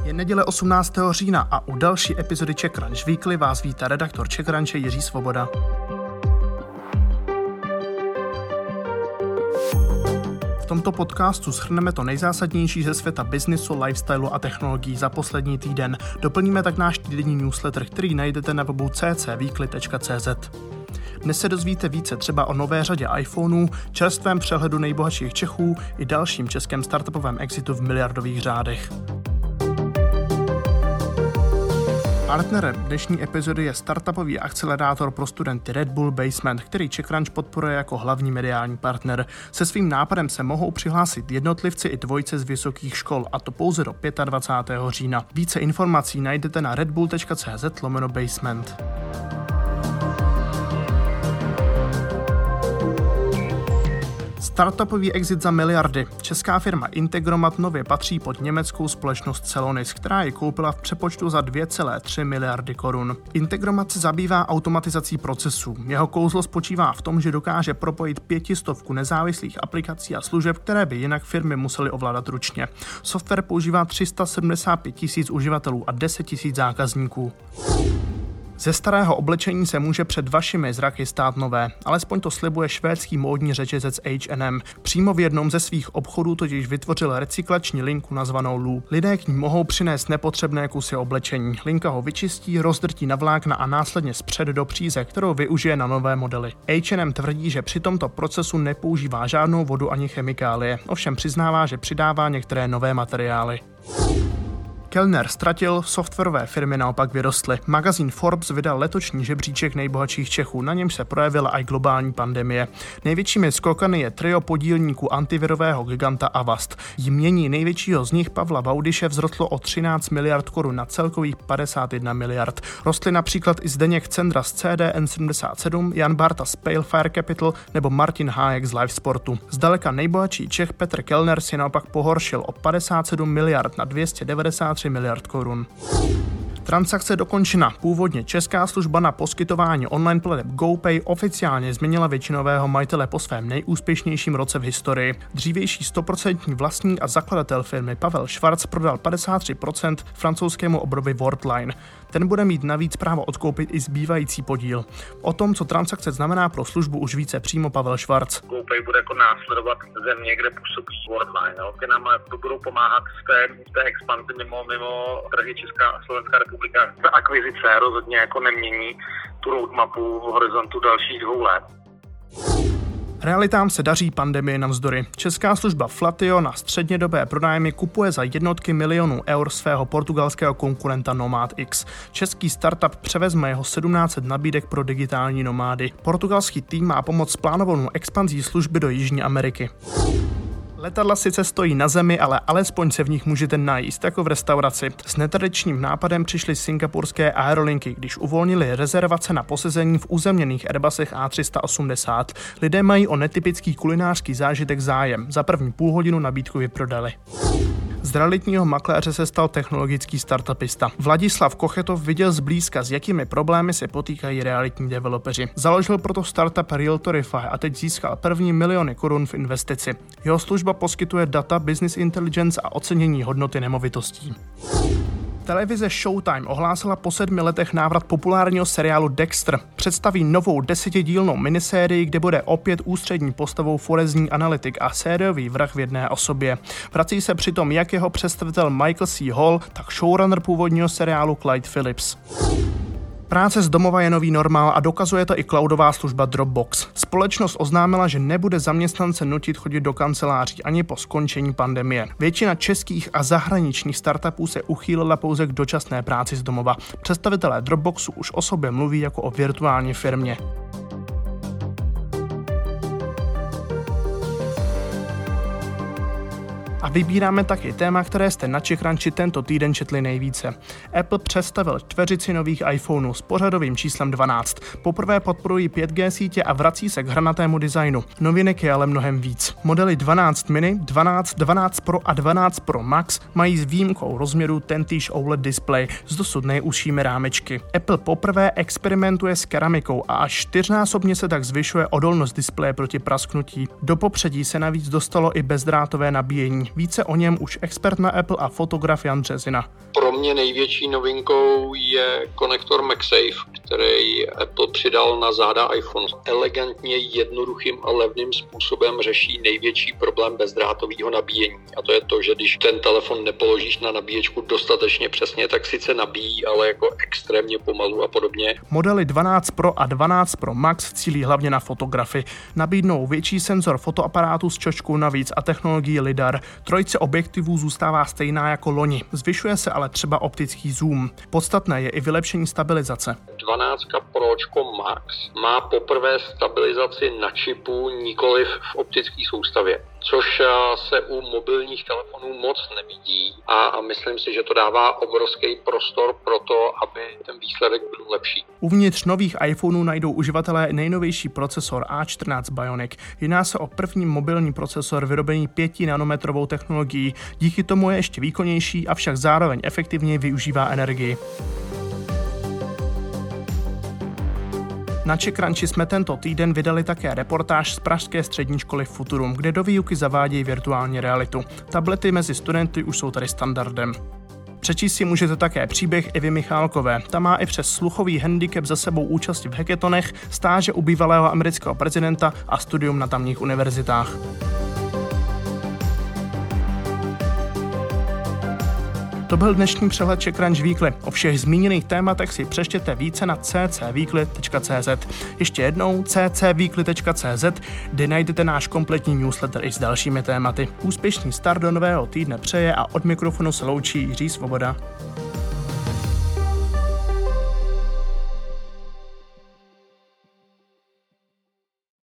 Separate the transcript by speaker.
Speaker 1: Je neděle 18. října a u další epizody Czech Crunch Weekly vás vítá redaktor Czech Crunche Jiří Svoboda. V tomto podcastu shrneme to nejzásadnější ze světa biznisu, lifestylu a technologií za poslední týden. Doplníme tak náš týdenní newsletter, který najdete na webu ccweekly.cz. Dnes se dozvíte více třeba o nové řadě iPhoneů, čerstvém přehledu nejbohatších Čechů i dalším českém startupovém exitu v miliardových řádech. Partnerem dnešní epizody je startupový akcelerátor pro studenty Red Bull Basement, který Czech Crunch podporuje jako hlavní mediální partner. Se svým nápadem se mohou přihlásit jednotlivci i dvojice z vysokých škol, a to pouze do 25. října. Více informací najdete na redbull.cz/basement. Startupový exit za miliardy. Česká firma Integromat nově patří pod německou společnost Celonis, která ji koupila v přepočtu za 2,3 miliardy korun. Integromat se zabývá automatizací procesů. Jeho kouzlo spočívá v tom, že dokáže propojit 500 nezávislých aplikací a služeb, které by jinak firmy musely ovládat ručně. Software používá 375 000 uživatelů a 10 000 zákazníků. Ze starého oblečení se může před vašimi zraky stát nové, alespoň to slibuje švédský módní řetězec H&M. Přímo v jednom ze svých obchodů totiž vytvořil recyklační linku nazvanou Loop. Lidé k ní mohou přinést nepotřebné kusy oblečení. Linka ho vyčistí, rozdrtí na vlákna a následně zpřed do příze, kterou využije na nové modely. H&M tvrdí, že při tomto procesu nepoužívá žádnou vodu ani chemikálie, ovšem přiznává, že přidává některé nové materiály. Kellner ztratil, softwarové firmy naopak vyrostly. Magazín Forbes vydal letošní žebříček nejbohatších Čechů, na němž se projevila i globální pandemie. Největšími skokany je trio podílníků antivirového giganta Avast. Jmění největšího z nich Pavla Baudyše vzrostlo o 13 miliard korun na celkových 51 miliard. Rostly například i Zdeněk Cendra z CDN77, Jan Barta z Pale Fire Capital nebo Martin Hájek z Live Sportu. Zdaleka nejbohatší Čech Petr Kellner si naopak pohoršil o 57 miliard na 293 miliard korun. Transakce dokončena. Původně česká služba na poskytování online plateb GoPay oficiálně změnila většinového majitele po svém nejúspěšnějším roce v historii. Dřívější 100% vlastník a zakladatel firmy Pavel Švarc prodal 53% francouzskému obrovi Worldline. Ten bude mít navíc právo odkoupit i zbývající podíl. O tom, co transakce znamená pro službu, už více přímo Pavel Švarc.
Speaker 2: GoPay bude jako následovat země, kde působí Worldline. Ty nám budou pomáhat v té expanzi mimo trhy Česká a Slovenská republika. Ta akvizice rozhodně jako nemění tu roadmapu v horizontu dalších 2 let.
Speaker 1: Realitám se daří pandemii navzdory. Česká služba Flatio na střednědobé pronájmy kupuje za jednotky milionů eur svého portugalského konkurenta NomadX. Český startup převezme jeho 1700 nabídek pro digitální nomády. Portugalský tým má pomoct s plánovanou expanzí služby do Jižní Ameriky. Letadla sice stojí na zemi, ale alespoň se v nich můžete najíst, jako v restauraci. S netradičním nápadem přišly singapurské aerolinky, když uvolnili rezervace na posezení v uzemněných Airbusech A380. Lidé mají o netypický kulinářský zážitek zájem. Za první půlhodinu nabídku vyprodali. Z realitního makléře se stal technologický startupista. Vladislav Kochetov viděl zblízka, s jakými problémy se potýkají realitní developeři. Založil proto startup Realtorify a teď získal první miliony korun v investici. Jeho služba poskytuje data, business intelligence a ocenění hodnoty nemovitostí. Televize Showtime ohlásila po 7 letech návrat populárního seriálu Dexter. Představí novou 10dílnou minisérii, kde bude opět ústřední postavou forenzní analytik a sériový vrah v jedné osobě. Vrací se přitom jak jeho představitel Michael C. Hall, tak showrunner původního seriálu Clyde Phillips. Práce z domova je nový normál a dokazuje to i cloudová služba Dropbox. Společnost oznámila, že nebude zaměstnance nutit chodit do kanceláří ani po skončení pandemie. Většina českých a zahraničních startupů se uchýlila pouze k dočasné práci z domova. Představitelé Dropboxu už o sobě mluví jako o virtuální firmě. A vybíráme taky téma, které jste na Czech Crunchi tento týden četli nejvíce. Apple představil čtveřici nových iPhoneů s pořadovým číslem 12. Poprvé podporují 5G sítě a vrací se k hranatému designu. Novinek je ale mnohem víc. Modely 12 mini, 12, 12 Pro a 12 Pro Max mají s výjimkou rozměru tentýž OLED display s dosud nejúžšími rámečky. Apple poprvé experimentuje s keramikou a až 4násobně se tak zvyšuje odolnost displeje proti prasknutí. Do popředí se navíc dostalo i bezdrátové nabíjení. Více o něm už expert na Apple a fotograf Jan Březina.
Speaker 3: Pro mě největší novinkou je konektor MagSafe, který Apple přidal na záda iPhone. Elegantně, jednoduchým a levným způsobem řeší největší problém bezdrátového nabíjení. A to je to, že když ten telefon nepoložíš na nabíječku dostatečně přesně, tak sice nabíjí, ale jako extrémně pomalu a podobně.
Speaker 1: Modely 12 Pro a 12 Pro Max cílí hlavně na fotografy. Nabídnou větší senzor fotoaparátu s čočkou navíc a technologii lidar. Trojice objektivů zůstává stejná jako loni. Zvyšuje se ale třeba optický zoom. Podstatné je i vylepšení stabilizace.
Speaker 3: 12 Pročko Max má poprvé stabilizaci na čipu, nikoliv v optické soustavě, což se u mobilních telefonů moc nevidí a myslím si, že to dává obrovský prostor pro to, aby ten výsledek byl lepší.
Speaker 1: Uvnitř nových iPhoneů najdou uživatelé nejnovější procesor A14 Bionic. Jedná se o první mobilní procesor vyrobený 5 nanometrovou technologií. Díky tomu je ještě výkonnější, avšak zároveň efektivně využívá energii. Na CzechCrunchi jsme tento týden vydali také reportáž z pražské střední školy Futurum, kde do výuky zavádějí virtuální realitu. Tablety mezi studenty už jsou tady standardem. Přečíst si můžete také příběh Evy Michálkové. Ta má i přes sluchový handicap za sebou účast v hackathonech, stáže u bývalého amerického prezidenta a studium na tamních univerzitách. To byl dnešní přehled CzechCrunch Weekly. O všech zmíněných tématech si přečtěte více na ccweekly.cz. Ještě jednou ccweekly.cz, kde najdete náš kompletní newsletter i s dalšími tématy. Úspěšný start do nového týdne přeje a od mikrofonu se loučí Jiří Svoboda.